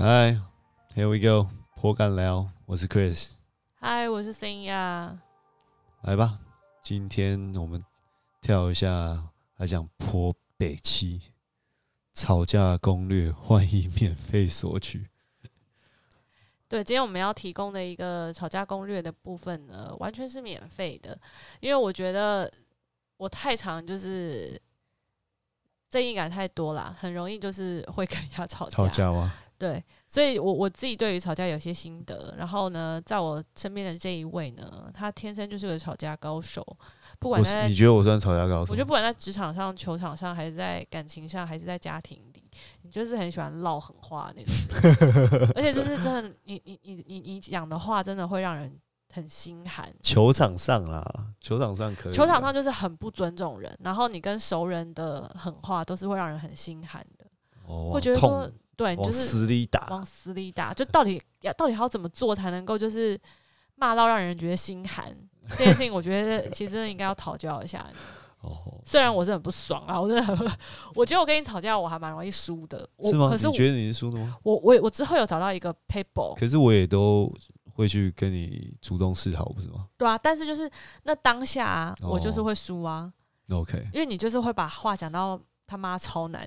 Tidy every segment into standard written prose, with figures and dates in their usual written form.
Hi, here we go， 颇敢聊，我是 Chris。 嗨，我是森亚。 来吧，今天我们跳一下来讲颇北七吵架攻略，欢迎免费索取。 对，今天我们要提供的一个吵架攻略的部分呢，完全是免费的，因为我觉得我太常就是正义感太多啦，很容易就是会跟人家吵架。 吵架吗？ 对，所以我自己对于吵架有些心得。然后呢，在我身边的这一位呢，他天生就是个吵架高手，不管在你觉得我算吵架高手？ 我觉得不管在职场上、球场上，还是在感情上，还是在家庭里，你就是很喜欢唠狠话那种，而且就是真的，你讲的话真的会让人很心寒。 球场上啦，球场上可以。 球场上就是很不尊重人，然后你跟熟人的狠话都是会让人很心寒的，会觉得说，对，就是往死里打， 往死里打，就到底要怎么做才能够就是骂到让人觉得心寒？这件事情，我觉得其实应该要讨教一下。虽然我是很不爽啊，我真的我觉得我跟你吵架，我还蛮容易输的。 是吗？ 可是你觉得你是输的吗？ 我之后有找到一个 paper， 可是我也都会去跟你主动示好，不是吗？ 对啊，但是就是那当下啊，我就是会输啊。 OK， 因为你就是会把话讲到他妈超难。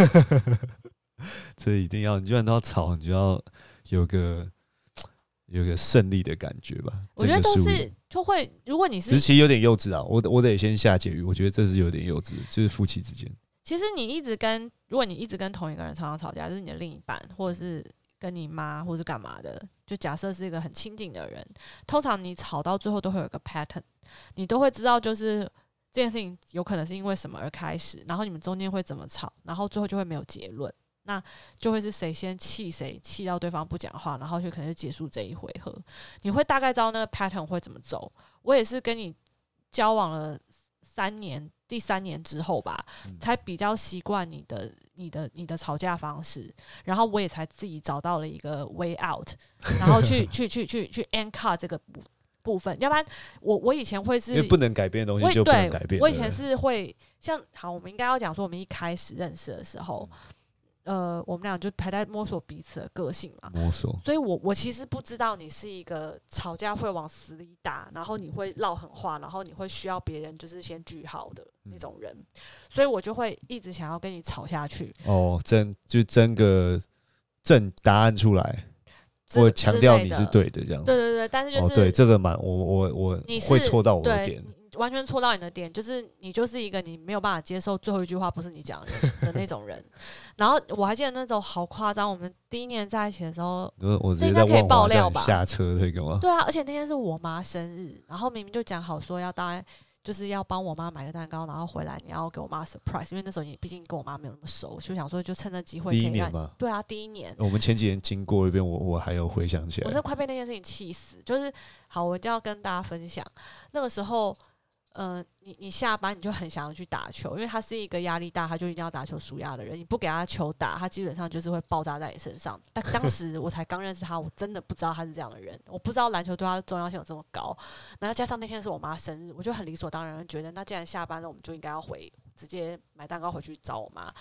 这一定要，你既然都要吵，你就要有个胜利的感觉吧。 我觉得都是就会，如果你是， 其实有点幼稚啊。我得先下结语，我觉得这是有点幼稚，就是夫妻之间。 其实如果你一直跟同一个人常常吵架，就是你的另一半，或者是跟你妈，或者是干嘛的，就假设是一个很亲近的人，通常你吵到最后都会有一个 pattern， 你都会知道就是这件事情有可能是因为什么而开始，然后你们中间会怎么吵，然后最后就会没有结论。那就会是谁先气谁，气到对方不讲话，然后就可能就结束这一回合。你会大概知道那个 pattern 会怎么走。我也是跟你交往了3年，第3年之后吧，才比较习惯你的吵架方式，然后我也才自己找到了一个 way out， 然后去 end cut 这个部分。要不然我以前会是因为不能改变的东西就不能改变。 我以前是会像好，我们应该要讲说，我们一开始认识的时候。我们俩就还在摸索彼此的个性嘛，所以我其实不知道你是一个吵架会往死里打，然后你会唠狠话，然后你会需要别人就是先句号的那种人，所以我就会一直想要跟你吵下去。 争个正答案出来，我强调你是对的这样子。 对，但是就是对这个我会戳到我的点。 完全戳到你的点，就是你就是一个你没有办法接受最后一句话不是你讲的那种人。然后我还记得那种好夸张，我们第1年在一起的时候， 我直接在万华站下车那个吗？ 对啊，而且那天是我妈生日，然后明明就讲好说要就是要帮我妈买个蛋糕，然后回来你要给我妈 surprise， 因为那时候你毕竟跟我妈没有那么熟，就想说就趁这机会可以让。 第1年吧。 对啊，第1年。 我们前几年经过一遍，我还有回想起来。 我真的快被那件事情气死，就是好，我一定要跟大家分享那个时候。你下班你就很想要去打球，因为他是一个压力大，他就一定要打球输压的人。你不给他球打，他基本上就是会爆炸在你身上。但当时我才刚认识他，我真的不知道他是这样的人，我不知道篮球对他的重要性有这么高。然后加上那天是我妈生日，我就很理所当然觉得，那既然下班了，我们就应该要直接买蛋糕回去找我妈。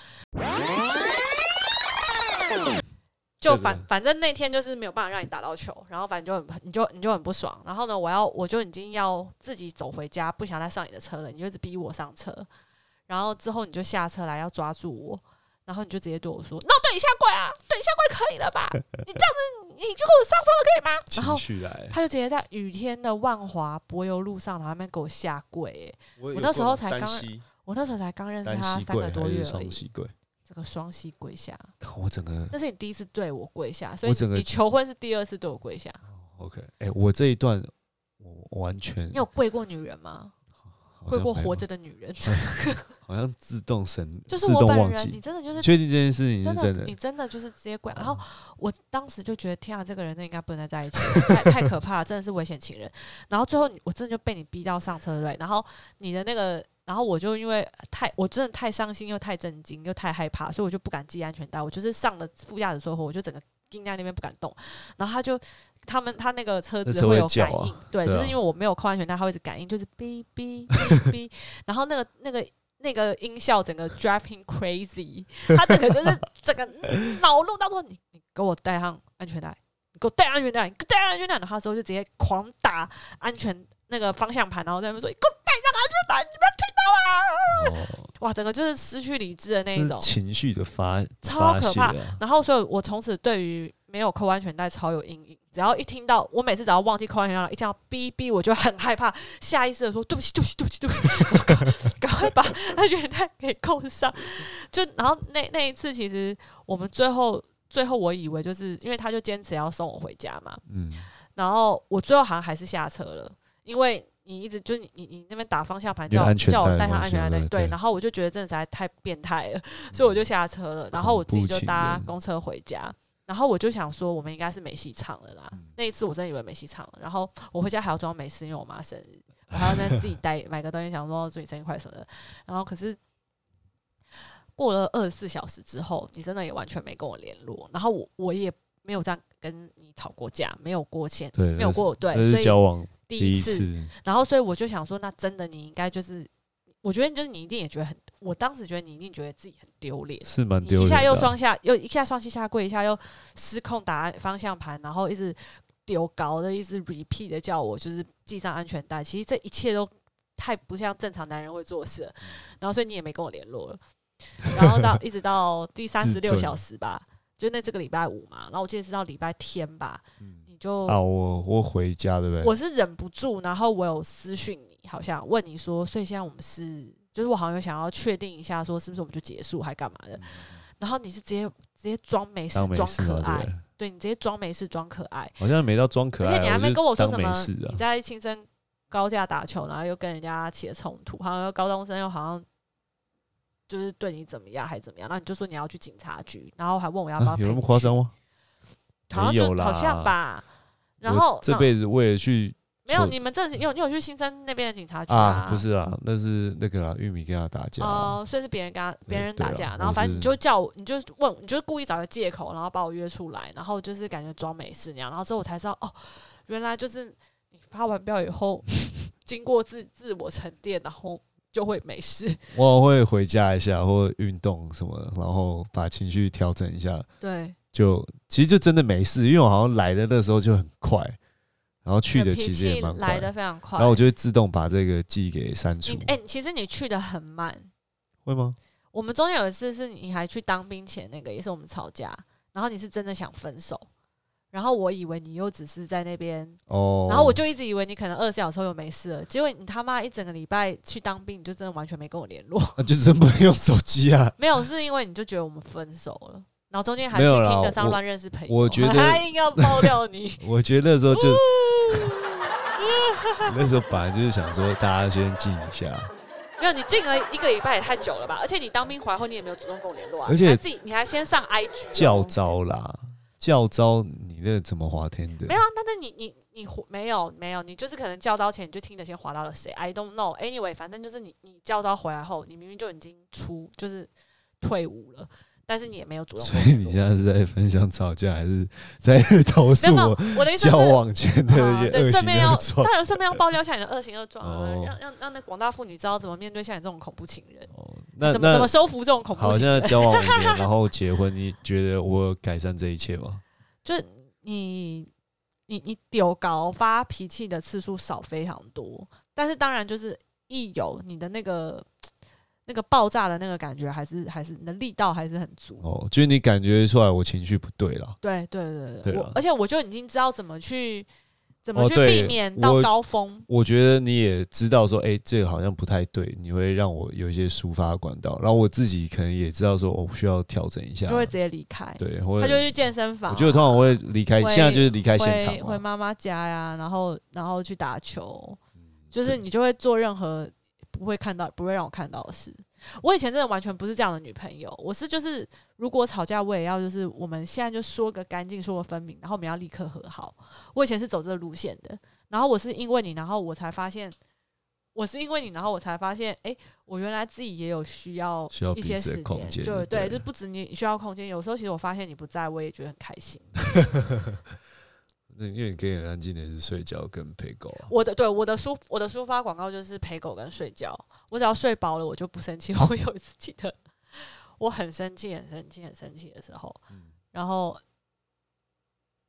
就反正那天就是没有办法让你打到球，然后反正你就很不爽，然后呢，我就已经要自己走回家，不想再上你的车了，你就一直逼我上车，然后之后你就下车来要抓住我，然后你就直接对我说：“那我对你下跪啊，对你下跪可以了吧？你这样子你就给我上车了可以吗？”然后他就直接在雨天的万华柏油路上，然后那边给我下跪。我那时候才刚认识他3个多月而已。这个双膝跪下， 我整个那是你第一次对我跪下，所以你求婚是第2次对我跪下。 OK， 我这一段我完全。 你有跪过女人吗？跪过活着的女人？ 好像自动就是我本人，你真的就是确定这件事情是真的， 你真的就是直接跪。然后我当时就觉得，天啊，这个人应该不能再在一起太可怕了，真的是危险情人。然后最后我真的就被你逼到上车对，然后你的那个。然后我就因为我真的太伤心又太震惊又太害怕，所以我就不敢系安全带。我就是上了副驾驶座后，我就整个盯在那边不敢动。然后他那个车子会有感应，对，就是因为我没有扣安全带，它会一直感应，就是哔哔哔哔。然后那个音效整个 drive him crazy， 他整个就是整个恼怒到说你给我戴上安全带，你给我戴安全带，你给我戴安全带，然后他之后就直接狂打安全那个方向盘，然后在那边说你给我戴上安全带，你不要听到啊！哇，整个就是失去理智的那一种情绪的超可怕。 啊、 然后所以我从此对于没有扣安全带超有阴影。只要一听到，我每次只要忘记扣安全带，一听到哔哔，我就很害怕，下意识的说对不起，对不起，对不起，对不起，赶快把安全带给扣上。然后那一次，其实我们最后我以为就是因为他就坚持要送我回家嘛，然后我最后好像还是下车了，因为你一直就是你那边打方向盘叫我戴上安全带，对，然后我就觉得真的实在太变态了，所以我就下车了，然后我自己就搭公车回家。然后我就想说，我们应该是没戏唱了啦。那一次我真的以为没戏唱了。然后我回家还要装没事，因为我妈生日，我还要在自己买个东西，想说祝你生日快什么的。然后可是过了24小时之后，你真的也完全没跟我联络，然后我也没有这样跟你吵过架，没有过歉，没有过对， 所以交往第一次。 然后所以我就想说，那真的你应该就是，我觉得就是你一定也觉得很。我当时觉得你一定觉得自己很丢脸， 是蛮丢脸的。 一下又双下，又一下双膝下跪，一下又失控打方向盘，然后一直丢高的，一直 repeat 的叫我就是系上安全带。其实这一切都太不像正常男人会做事了。然后所以你也没跟我联络了。然后一直到第36小时吧，就这个礼拜5嘛，然后我记得是到礼拜天吧，你就我回家对不对？ 我是忍不住，然后我有私讯你，好像问你说，所以现在我们是。就是我好像有想要确定一下，说是不是我们就结束还干嘛的，然后你是直接装没事装可爱，对你直接装没事装可爱， 好像没到装可爱， 而且你还没跟我说什么， 你在青森高架打球，然后又跟人家起了冲突，好像高中生又好像就是对你怎么样还怎么样，然后你就说你要去警察局，然后还问我要不要陪你去， 有那么夸张吗？ 好像吧，然后这辈子为了去。 没有，你们你有去新生那边的警察局啊？ 不是啊，那是那个玉米跟他打架所以是别人打架，然后反正你就叫我，你就故意找个借口，然后把我约出来，然后就是感觉装没事那样，然后之后我才知道原来就是你发完飙以后，经过自我沉淀，然后就会没事。 我会回家一下或运动什么的，然后把情绪调整一下。 对， 其实就真的没事，因为我好像来的那时候就很快。然后去的其实也蛮快， 来的非常快。 然后我就会自动把这个记给删除。 其实你去的很慢， 会吗？ 我们中间有一次是你还去当兵前那个，也是我们吵架，然后你是真的想分手，然后我以为你又只是在那边然后我就一直以为你可能24小时后又没事了，结果你他妈一整个礼拜去当兵，你就真的完全没跟我联络， 就真不能用手机啊？ 没有，是因为你就觉得我们分手了。然后中间还去听得上乱认识朋友， 我觉得他硬要爆料你。 我觉得那时候就那时候本来就是想说大家先静一下。 没有，你静了1个礼拜也太久了吧？而且你当兵回来后，你也没有主动跟我联络啊。 而且你还先上 IG 教招啦，教招你那怎么滑天的？ 没有啊，但是你没有，你就是可能教招前你就听着先滑到了谁 ，I don't know。Anyway， 反正就是你教招回来后，你明明就已经就是退伍了。但是你也没有主动， 所以你现在是在分享吵架，还是在投诉我的意思交往前的一些恶行恶状？ 当然顺便要爆料一下你的恶行恶状啊，让那广大妇女知道怎么面对像你这种恐怖情人，怎么收服这种恐怖情人。 好，现在交往5年，然后结婚，你觉得我有改善这一切吗？ 就是你丢高发脾气的次数少非常多，但是当然就是一有你的那个爆炸的那个感觉，还是你的力道还是很足就是你感觉出来我情绪不对了。 对，而且我就已经知道怎么去避免到高峰。 我觉得你也知道说，这个好像不太对，你会让我有一些抒发管道，然后我自己可能也知道说，我需要调整一下， 就会直接离开。 对， 他就去健身房。 我觉得通常会离开，现在就是离开现场， 回妈妈家呀，然后去打球，就是你就会做任何不会让我看到的事。我以前真的完全不是这样的女朋友，我是就是如果吵架我也要就是我们现在就说个干净，说个分明，然后我们要立刻和好。我以前是走这个路线的，然后我是因为你，然后我才发现，我原来自己也有需要一些时间，就不止你需要空间，有时候其实我发现你不在，我也觉得很开心。 因为你可以很安静的是睡觉跟陪狗啊。 我的抒发广告就是陪狗跟睡觉。我只要睡饱了，我就不生气。我有一次记得我很生气的时候，然后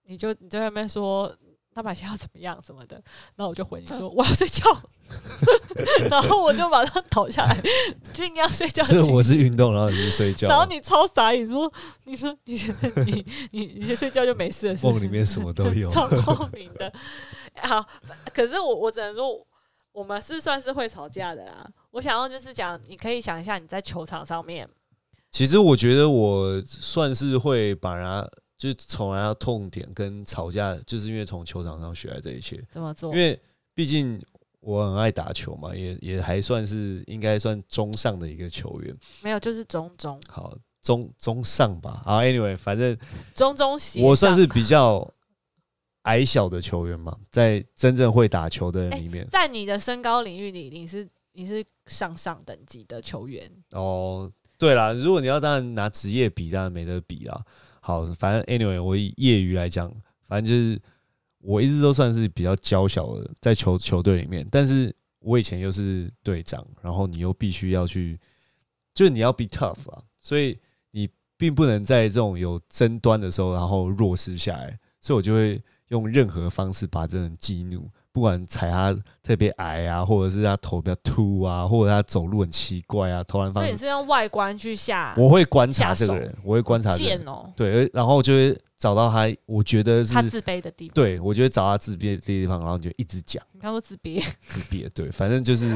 你就在那边说他买下要怎么样什么的，然后我就回你说我要睡觉，然后我就马上倒下来，就应该要睡觉。 我是运动，然后你是睡觉， 然后你超傻眼，你说你先睡觉就没事了，是不是梦里面什么都有， 超透明的。好，可是我只能说，我们是算是会吵架的啦。我想要就是讲，你可以想一下你在球场上面。 其实我觉得我算是会把它。就是从来要痛点跟吵架，就是因为从球场上学来这一切。 怎么做？ 因为毕竟我很爱打球嘛，也还算是应该算中上的一个球员。 没有，就是中。 好，中上吧。好 ，anyway， 反正中斜。 我算是比较矮小的球员嘛，在真正会打球的人里面， 在你的身高领域里，你是上等级的球员。 哦，对啦，如果你要当然拿职业比，当然没得比啦。好，反正 anyway， 我以业余来讲，反正就是我一直都算是比较娇小的，在球队里面。但是我以前又是队长，然后你又必须要去，就是你要 be tough 啊，所以你并不能在这种有争端的时候，然后弱势下来。所以我就会用任何方式把这人激怒，不管踩他特别矮啊，或者是他头比较秃啊，或者他走路很奇怪啊，投篮方式。 所以你是用外观去下？ 我会观察这个人，我会观察这个人。 哦， 对，然后就会找到他，我觉得是他自卑的地方。 对，我觉得找他自卑的地方，然后你就一直讲。 你刚说自卑？ 自卑，对，反正就是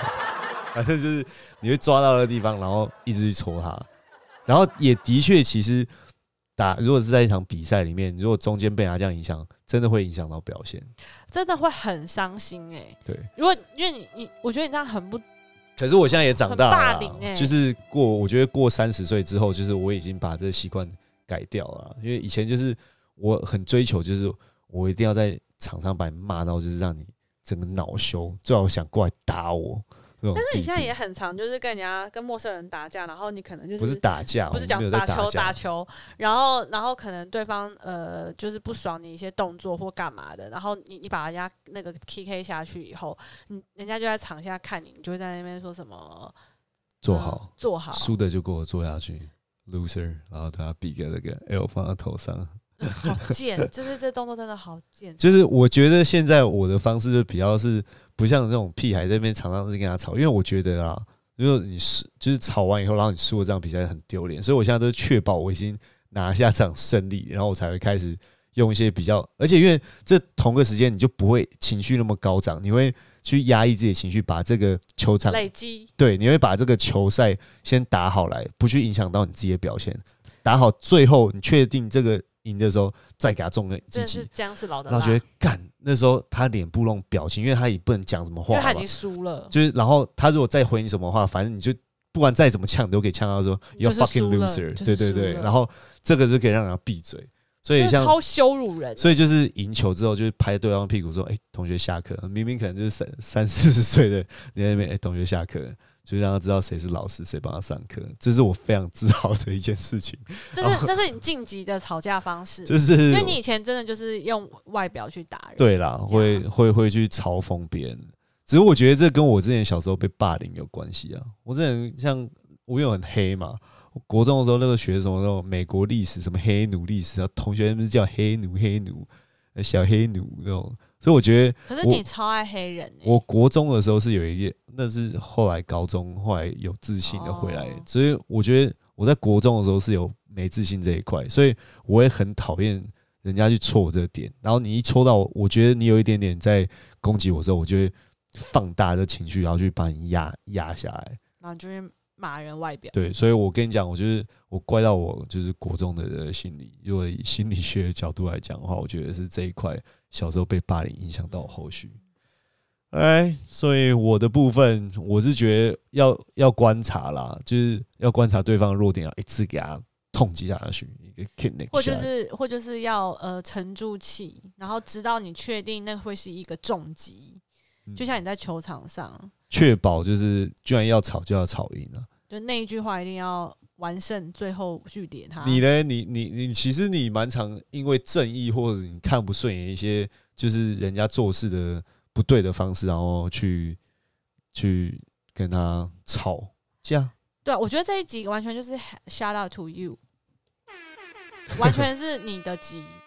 你会抓到的地方，然后一直去戳他。然后也的确，其实如果是在一场比赛里面，如果中间被他这样影响，真的会影响到表现， 真的会很伤心对， 因为我觉得你这样很不。 可是我现在也长大了啦， 霸凌就是我觉得过30岁之后，就是我已经把这个习惯改掉了。因为以前就是我很追求，就是我一定要在场上把你骂到，就是让你整个恼羞，最好想过来打我。 但是你现在也很常就是跟陌生人打架，然后你可能就是不是打架， 不是讲打球，然后可能对方就是不爽你一些动作或干嘛的，然后你把人家那个 PK 下去以后，人家就在场下看你，你就会在那边说什么做好， 做好， 输的就给我做下去 ，loser， 然后他比个那个 L 放在头上。 好贱，就是这动作真的好贱。 就是我觉得现在我的方式就比较是不像那种屁孩在那边常常是跟他吵，因为我觉得啊，如果你就是吵完以后，然后你输了这场比赛很丢脸，所以我现在都确保我已经拿下这场胜利，然后我才会开始用一些比较，而且因为这同个时间你就不会情绪那么高涨，你会去压抑自己的情绪，把这个球场累积， 对，你会把这个球赛先打好来，不去影响到你自己的表现，打好最后你确定这个赢的时候再给他中个积极， 姜是老的辣， 然后觉得干那时候他脸部那种表情，因为他也不能讲什么话， 因为他已经输了， 就是然后他如果再回你什么话，反正你就不管再怎么呛，都可以呛到说 "You fucking loser"，对对对，然后这个就可以让人家闭嘴，所以像超羞辱人， 所以就是赢球之后，就是拍对方屁股说："同学下课。"明明可能就是30-40岁的你在那边，同学下课。就让他知道谁是老师，谁帮他上课，这是我非常自豪的一件事情。 这是你晋级的吵架方式， 就是因为你以前真的就是用外表去打人。 对啦，会去嘲讽别人。只是我觉得这跟我之前小时候被霸凌有关系啊。我之前像我有很黑嘛，我国中的时候那个学什么那种美国历史，什么黑奴历史，同学们叫黑奴、小黑奴那种。所以我觉得， 可是你超爱黑人我国中的时候是有一个，那是后来高中后来有自信的回来，所以我觉得我在国中的时候是有没自信这一块，所以我也很讨厌人家去戳我这个点。然后你一戳到我觉得你有一点点在攻击我的时候，我就会放大这情绪，然后去把你压下来， 然后就会骂人外表。 对，所以我跟你讲，我怪到我就是国中的心理，如果以心理学的角度来讲的话，我觉得是这一块。小时候被霸凌影响到我后续，所以我的部分我是觉得要观察啦，就是要观察对方的弱点，要一次给他痛击下去，一个 kick 或就是要沉住气，然后直到你确定那会是一个重击，就像你在球场上， 确保就是居然要吵就要吵赢了， 就那一句话一定要完胜，最后据点他。 你呢？你其实你蛮常因为正义或者你看不顺眼一些，就是人家做事的不对的方式，然后去跟他吵架。 对，我觉得这一集完全就是 shout out to you， 完全是你的集，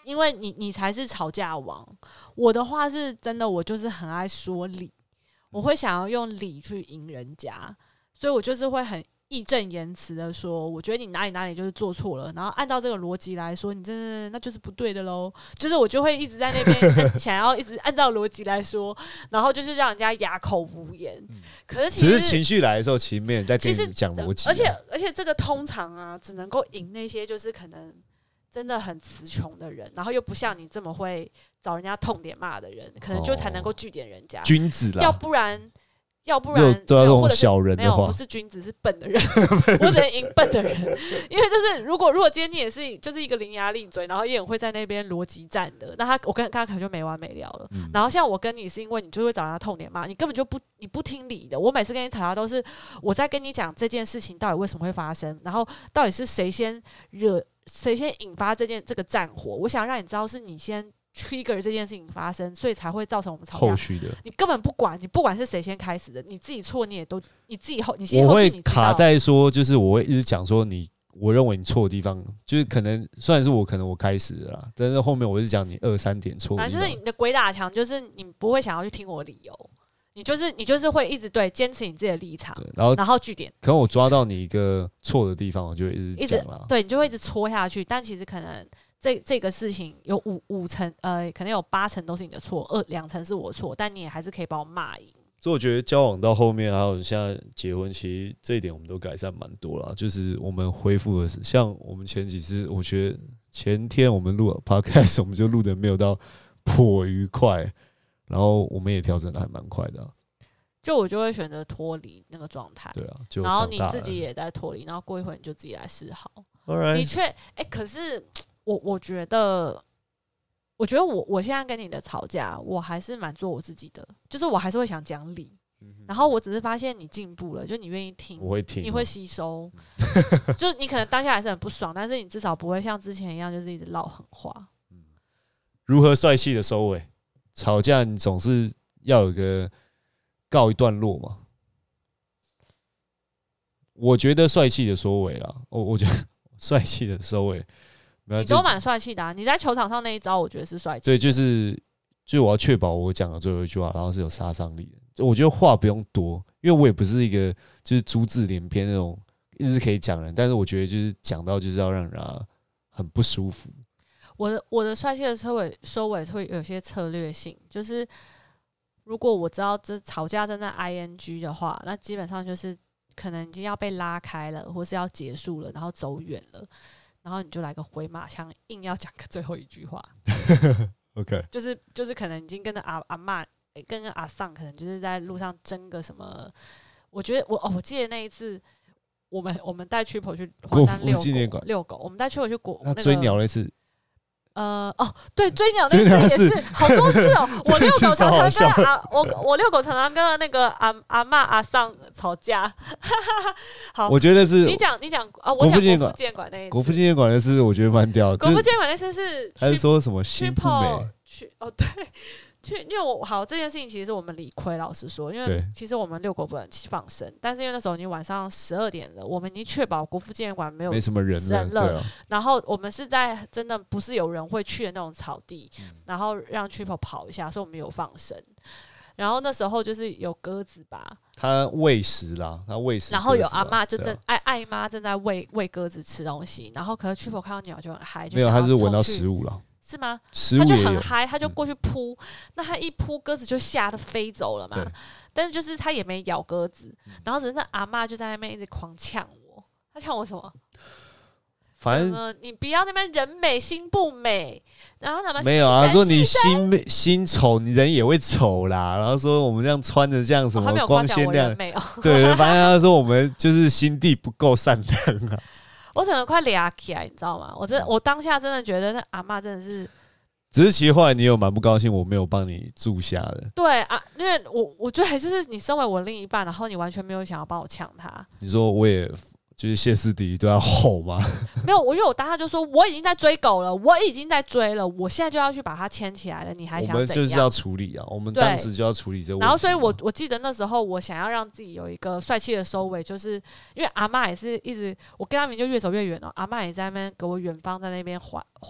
因为你才是吵架王。我的话是真的，我就是很爱说理，我会想要用理去赢人家，所以我就是会很义正言辞的说，我觉得你哪里就是做错了，然后按照这个逻辑来说，你真的那就是不对的咯。就是我就会一直在那边想要一直按照逻辑来说，然后就是让人家哑口无言。可是其实只是情绪来的时候，其实没人在跟你讲逻辑， 而且这个通常啊，只能够赢那些就是可能真的很词穷的人，然后又不像你这么会找人家痛点骂的人，可能就才能够据点人家。 君子啦， 要不然都要用小人的话， 没有不是君子，是笨的人。我只能赢笨的人，因为就是如果今天你也是就是一个伶牙俐嘴，然后也很会在那边逻辑战的，那我跟他可能就没完没了了。然后像我跟你是因为你就会找人家痛点骂，你根本就你不听理的。我每次跟你吵架都是我在跟你讲这件事情到底为什么会发生，然后到底是谁先引发这个战火。我想让你知道是你先trigger 这件事情发生，所以才会造成我们吵架。 后续的你根本不管，你不管是谁先开始的，你自己错，你先后续你知道。 我会卡在说，就是我会一直讲说我认为你错的地方，就是可能虽然是可能我开始的啦，但是后面我是讲你2、3点错。 反正就是你的鬼打墙，就是你不会想要去听我的理由，你就是会一直坚持你自己的立场，然后据点。 可能我抓到你一个错的地方，我就一直讲啦。 对，你就会一直戳下去，但其实可能。这个事情有五成，可能有8成都是你的错，2成是我错，但你也还是可以把我骂赢。 所以我觉得交往到后面，还有现在结婚，其实这一点我们都改善蛮多了。就是我们恢复的是，像我们前几次，我觉得前天我们录 podcast， 我们就录的没有到颇愉快，然后我们也调整的还蛮快的。 就我就会选择脱离那个状态， 对啊，就然后你自己也在脱离，然后过一会儿你就自己来示好。的确，可是。我觉得我现在跟你的吵架，我还是蛮做我自己的，就是我还是会想讲理，然后我只是发现你进步了，就你愿意听， 我会听， 你会吸收，就你可能当下还是很不爽，但是你至少不会像之前一样，就是一直唠狠话。 如何帅气的收尾？吵架你总是要有个告一段落嘛。我觉得帅气的收尾啦，我觉得帅气的收尾。 你都蛮帅气的啊！你在球场上那一招，我觉得是帅气。 对，就是我要确保我讲的最后一句话，然后是有杀伤力的。我觉得话不用多，因为我也不是一个就是朱字连篇那种一直可以讲人，但是我觉得就是讲到就是要让人很不舒服。 我的帅气的收尾会有些策略性，就是如果我知道这吵架正在 ing 的话，那基本上就是可能已经要被拉开了，或是要结束了，然后走远了。然后你就来个回马枪，硬要讲个最后一句话。 OK， 就是可能已经跟着阿嬷跟阿桑，可能就是在路上争个什么。我觉得我记得那一次，我们带曲婆去华山遛狗，我们带曲婆去那个追鸟那次。 对，追鸟那次也是好多次哦。我遛狗常常跟我遛狗常常跟那个阿嬷阿桑吵架。好， 我觉得是你讲啊，我讲国父纪念馆那一次。 国父纪念馆那次我觉得蛮屌的。 国父纪念馆那次是还是说什么心不美？ 对，因为这件事情其实是我们理亏，老实说，因为其实我们遛狗不能放生，但是因为那时候已经晚上12点了，我们已经确保国父纪念馆没什么人了， 然后我们是在真的不是有人会去的那种草地，然后让 Triple 跑一下，所以我们有放生。然后那时候就是有鸽子吧， 他喂食啦， 然后有阿嬷就爱妈正在喂鸽子吃东西，然后可是 Triple 看到鸟就很嗨， 没有，他是闻到食物了。 是吗？ 他就很嗨，他就过去扑，那他一扑，鸽子就吓得飞走了嘛。但是就是他也没咬鸽子，然后只是那阿嬷就在那边一直狂呛我，他呛我什么？ 反正你不要那边人美心不美，然后他们没有啊，说你心丑，你人也会丑啦。然后说我们这样穿着这样什么光鲜亮，对，反正他说我们就是心地不够善良啊。 我整个快俩起来，你知道吗？我当下真的觉得那阿嬷真的是， 只是其实后来你有蛮不高兴，我没有帮你住下的。 对啊，因为我觉得就是你身为我另一半，然后你完全没有想要帮我抢他。 你说我也就是歇斯底里都要吼吗？ 没有，因为我当下就说我已经在追狗了，我已经在追了，我现在就要去把它牵起来了，你还想怎样？ 我们就是要处理啊，我们当时就要处理这个问题。 然后，所以我记得那时候我想要让自己有一个帅气的收尾，就是因为阿嬷也是一直，我跟他们就越走越远了，阿嬷也在那边给我远方在那边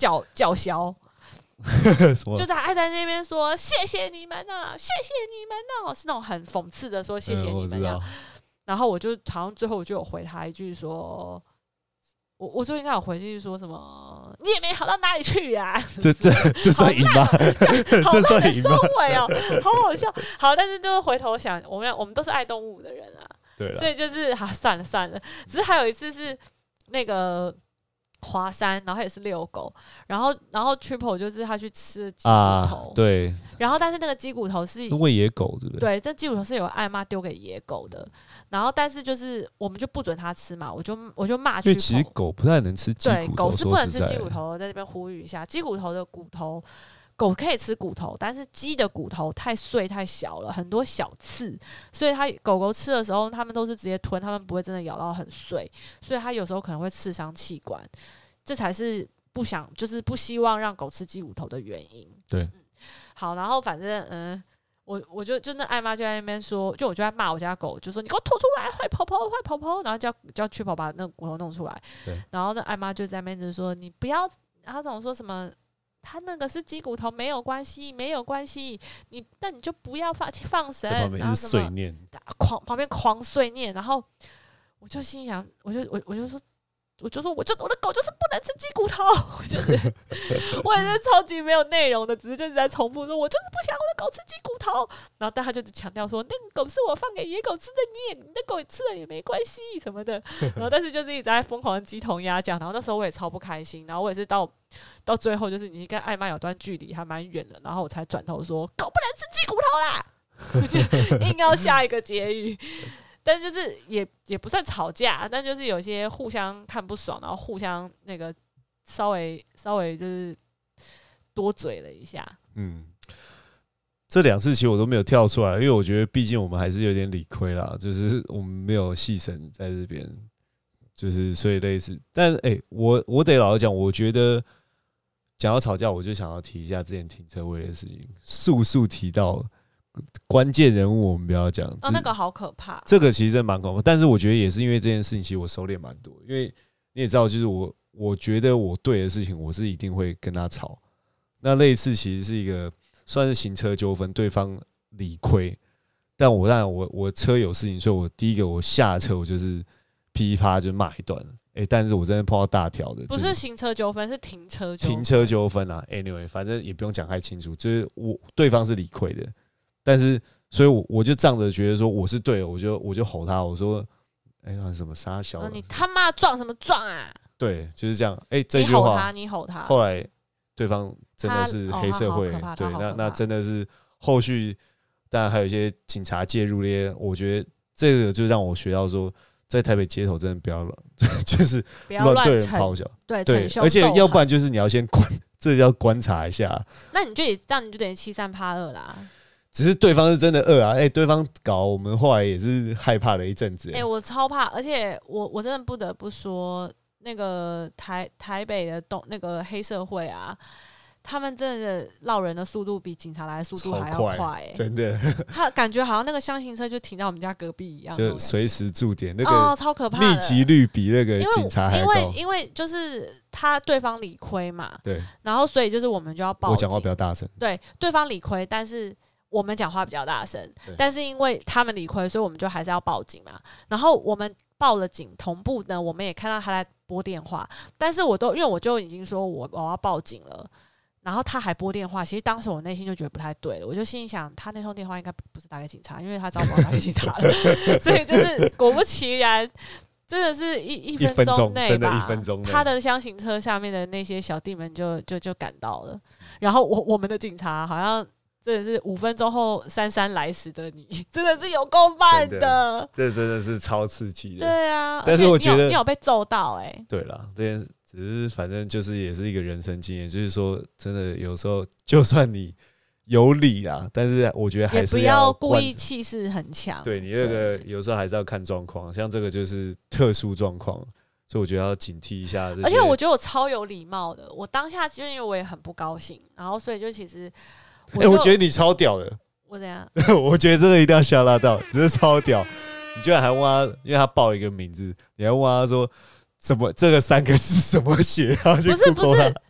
叫嚣。就是还在那边说谢谢你们啊，谢谢你们啊，是那种很讽刺的说谢谢你们啊。然后我就好像最后我就有回他一句说，我最后应该有回去说什么，你也没好到哪里去呀、啊。 这算赢吗？ 这算赢吗？收尾哦，好好笑。好，但是就是回头想，我们都是爱动物的人啊， 对， 所以就是算了。只是还有一次是那个。华山，然后也是遛狗，然后 Triple 就是他去吃鸡骨头， 对， 然后但是那个鸡骨头是喂野狗，对不对？ 对，这鸡骨头是有艾妈丢给野狗的，然后但是就是我们就不准他吃嘛，我就骂 Triple， 因为其实狗不太能吃鸡骨头， 对，狗是不能吃鸡骨头的，在这边呼吁一下，鸡骨头的骨头。狗可以吃骨头，但是鸡的骨头太碎太小了，很多小刺，所以狗狗吃的时候，它们都是直接吞，它们不会真的咬到很碎，所以它有时候可能会刺伤气管，这才是就是不希望让狗吃鸡骨头的原因。 对， 好，然后反正我就那艾妈就在那边说，我就在骂我家狗，就说你给我吐出来，坏跑跑，然后叫去跑把那个骨头弄出来，然后那艾妈就在那边就说你不要，然后总说什么。他那个是鸡骨头，没有关系，那你就不要放神，然后碎念， 旁边狂碎念，然后我就心想，我就说，我的狗就是不能吃鸡骨头，我也是超级没有内容的，只是就是在重复说，我就是不想我的狗吃鸡骨头，然后但他就强调说，那个狗是我放给野狗吃的，你的狗吃了也没关系什么的，然后但是就是一直在疯狂的鸡同鸭讲，然后那时候我也超不开心，然后我也是到最后就是你跟艾妈有段距离还蛮远的，然后我才转头说，狗不能吃鸡骨头啦，我就硬要下一个结语。但就是也不算吵架，但就是有些互相看不爽，然后互相那个稍微就是多嘴了一下。 这两次其实我都没有跳出来，因为我觉得毕竟我们还是有点理亏啦，就是我们没有细神在这边，就是所以类似。但我得老实讲，我觉得讲到吵架，我就想要提一下之前停车位的事情，速提到。关键人物我们不要讲那个好可怕。 这个其实真蛮恐怖，但是我觉得也是因为这件事情，其实我收敛蛮多。因为你也知道，就是我觉得我对的事情，我是一定会跟他吵。那类似其实是一个算是行车纠纷，对方理亏，但当然我车有事情，所以我第一个我下车我就是噼啪就骂一段。但是我真的碰到大条的， 不是行车纠纷，是停车纠纷啊。Anyway， 反正也不用讲太清楚，就是对方是理亏的。但是，所以我就仗着觉得说我是对的，我就吼他，我说，什么傻小， 你他妈撞什么撞啊？ 对，就是这样。这句话你吼他。 后来对方真的是黑社会，对，那真的是后续，当然还有一些警察介入咧。我觉得这个就让我学到说，在台北街头真的不要乱，就是乱对人咆哮，对，而且要不然就是你要先这要观察一下。 那你就等于欺善怕恶啦。 只是对方是真的恶啊！对方搞我们后来也是害怕了一阵子。 我超怕，而且我真的不得不说，那个台北的那个黑社会啊，他们真的绕人的速度比警察来的速度还要快， 真的。 他感觉好像那个厢型车就停在我们家隔壁一样， 就随时驻点，那个超可怕的， 密集率比那个警察还高。 因为就是对方理亏嘛， 对， 然后所以就是我们就要报警。 我讲话比较大声， 对方理亏，但是。我们讲话比较大声，但是因为他们理亏，所以我们就还是要报警嘛。然后我们报了警，同步呢，我们也看到他在拨电话，但是因为我就已经说我要报警了，然后他还拨电话。其实当时我内心就觉得不太对了，我就心里想，他那通电话应该不是打给警察，因为他知道我要打给警察了，所以就是果不其然。真的是一分钟内吧， 真的1分钟内， 他的厢型车下面的那些小弟们就赶到了，然后我们的警察好像。真的是5分钟后姗姗来迟的你，真的是有够慢的， 这真的是超刺激的。 对啊， 但是我觉得你有被揍到对啦，这件只是反正就是也是一个人生经验，就是说真的有时候就算你有理啦，但是我觉得还是也不要故意气势很强。 对你那个有时候还是要看状况，像这个就是特殊状况，所以我觉得要警惕一下。 而且我觉得我超有礼貌的，我当下就因为我也很不高兴，然后所以就其实。 我觉得你超屌的。 我怎样？ 我觉得这个一定要吓他到，只是超屌。你居然还问他，因为他报一个名字，你还问他说怎么这个3个字怎么写？不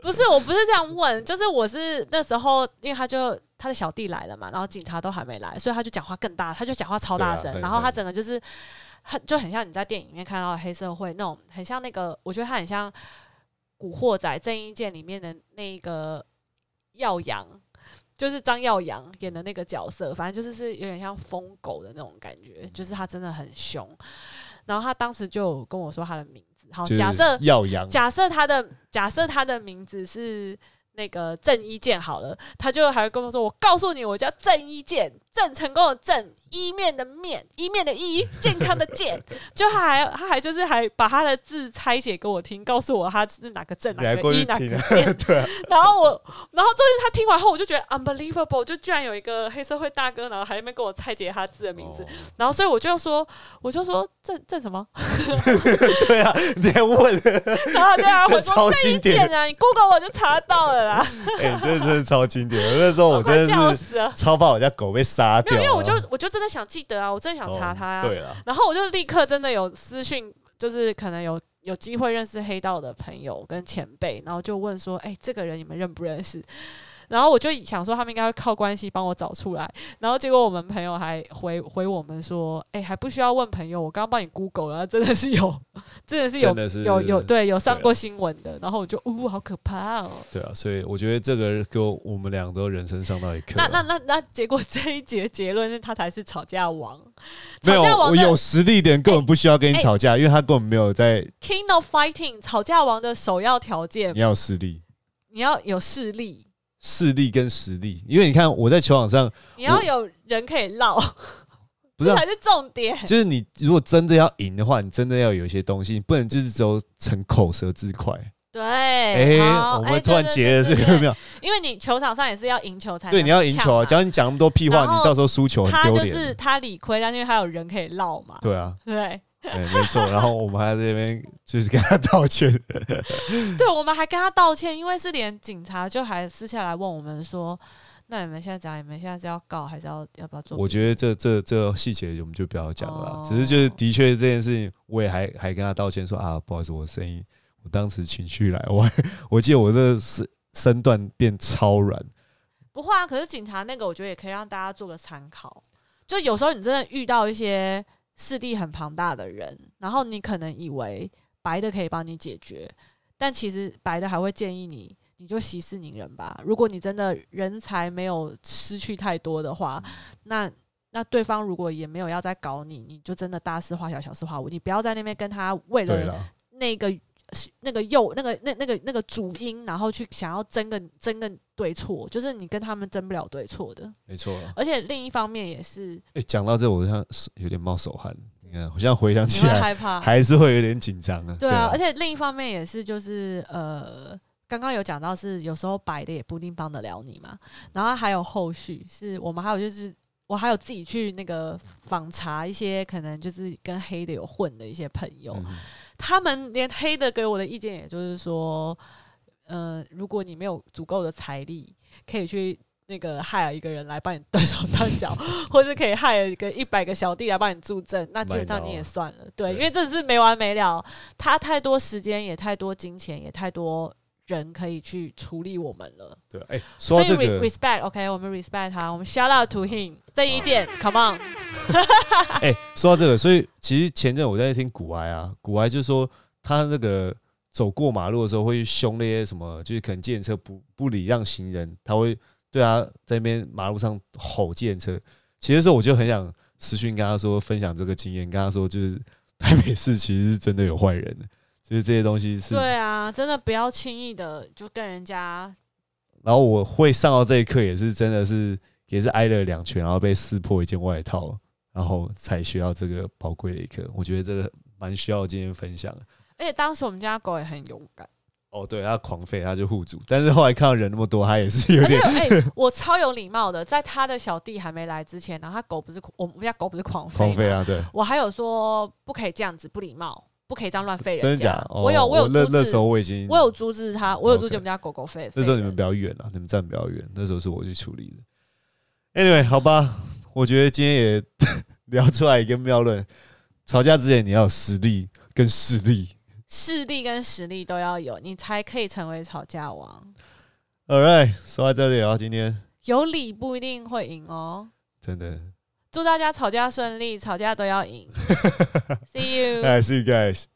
不是，我不是这样问，就是我是那时候，因为他的小弟来了嘛，然后警察都还没来，所以他就讲话更大，他就讲话超大声，然后他整个就是就很像你在电影里面看到的黑社会那种，很像那个，我觉得他很像《古惑仔》郑伊健里面的那个耀阳。就是张耀扬演的那个角色，反正就是有点像疯狗的那种感觉，就是他真的很凶。然后他当时就有跟我说他的名字，好，假设他的名字是那个郑伊健好了，他就还会跟我说：“我告诉你，我叫郑伊健，郑成功的郑，一面的面，一面的一，健康的健。”就他还就是还把他的字拆写给我听，告诉我他是哪个郑，哪个一，哪个健。 对啊。 然后就是他听完后，我就觉得 unbelievable， 就居然有一个黑社会大哥，然后还没跟我拆解他字的名字。然后所以我就说郑什么？ 对啊，你还问？ 然后就我说郑伊健啊，你 Google 我就查到了。 这真的超经典！那时候我真的是超怕我家狗被杀掉， 因为我就真的想记得啊，我真的想查他啊。 对啊， 然后我就立刻真的有私讯，就是可能有机会认识黑道的朋友跟前辈，然后就问说：“这个人你们认不认识？”然后我就想说他们应该会靠关系帮我找出来，然后结果我们朋友还回我们说，还不需要问朋友，我刚刚帮你 Google 了，真的是有对有上过新闻的，然后我就好可怕哦。 对啊，所以我觉得这个给我们两个都人生上到一课。 那结果这一节结论是他才是吵架王。 没有，我有实力的人根本不需要跟你吵架，因为他根本没有在 King of Fighting 吵架王的首要条件， 你要有实力， 你要有势力。 势力跟实力，因为你看我在球场上， 你要有人可以唠， 不是、 这才是重点。 就是你如果真的要赢的话，你真的要有一些东西，你不能就是只有逞口舌之快。 对， 我们突然结了这个没有？ 因为你球场上也是要赢球才能对，你要赢球啊！只要你讲那么多屁话，你到时候输球很丢脸。 他就是他理亏，但是因为他有人可以唠嘛。 对啊， 对。 没错，然后我们还在这边就是跟他道歉。 对，我们还跟他道歉，因为是连警察就还私下来问我们说：“那你们现在怎样？你们现在是要告还是要不要做？”我觉得这细节我们就不要讲了，只是就是的确这件事情，我也还跟他道歉说啊，不好意思，我声音我当时情绪来，我记得我这身段变超软。 不会啊，可是警察那个我觉得也可以让大家做个参考，就有时候你真的遇到一些势力很庞大的人，然后你可能以为白的可以帮你解决，但其实白的还会建议你就息事宁人吧。如果你真的人才没有失去太多的话，那对方如果也没有要再搞你，你就真的大事化小，小事化无。你不要在那边跟他为了那个主因，然后去想要争个对错，就是你跟他们争不了对错的。 没错， 而且另一方面也是， 讲到这我好像有点冒手汗。你看，我现在回想起来， 害怕， 还是会有点紧张啊。 对啊，而且另一方面也是，就是刚刚有讲到是有时候白的也不一定帮得了你嘛。然后还有后续是我们还有就是我还有自己去那个访查一些可能就是跟黑的有混的一些朋友。他们连黑的给我的意见，也就是说，如果你没有足够的财力，可以去那个害一个人来帮你断手断脚，或是可以害一个100个小弟来帮你助阵，那基本上你也算了。对，因为真的是没完没了，他太多时间，也太多金钱，也太多人可以去处理我们了。 对，说到这个， 所以 respect，OK， 我们 respect 他，我们 shout out to him。这一件 ，come on。 说到这个，所以其实前阵我在听古埃啊，古埃就说他那个走过马路的时候会凶那些什么，就是可能计程车不礼让行人，他会对他在那边马路上吼计程车。其实那时候我就很想私讯跟他说分享这个经验，跟他说就是台北市其实是真的有坏人的，就是这些东西是。 对啊，真的不要轻易的就跟人家。 然后我会上到这一课也是真的是。也是挨了2拳，然后被撕破一件外套，然后才学到这个宝贵的一课。我觉得这个蛮需要今天分享的。 而且当时我们家狗也很勇敢。 对，它狂吠，它就护主。但是后来看到人那么多，它也是有点。 我超有礼貌的，在他的小弟还没来之前，然后我们家狗不是狂吠。 狂吠啊，对。 我还有说不可以这样子，不礼貌，不可以这样乱吠人家。 真的假？ 我有阻止。 那时候我已经。 我有阻止他，我有阻止我们家狗狗吠。 那时候你们比较远啊，你们站比较远。那时候是我去处理的。Anyway， 好吧，我觉得今天也聊出来一个妙论：吵架之前你要有实力跟势力， 势力跟实力都要有，你才可以成为吵架王。 Alright， 说到这里了，今天有理不一定会赢哦。 真的， 祝大家吵架顺利，吵架都要赢。See you. Alright, see you guys.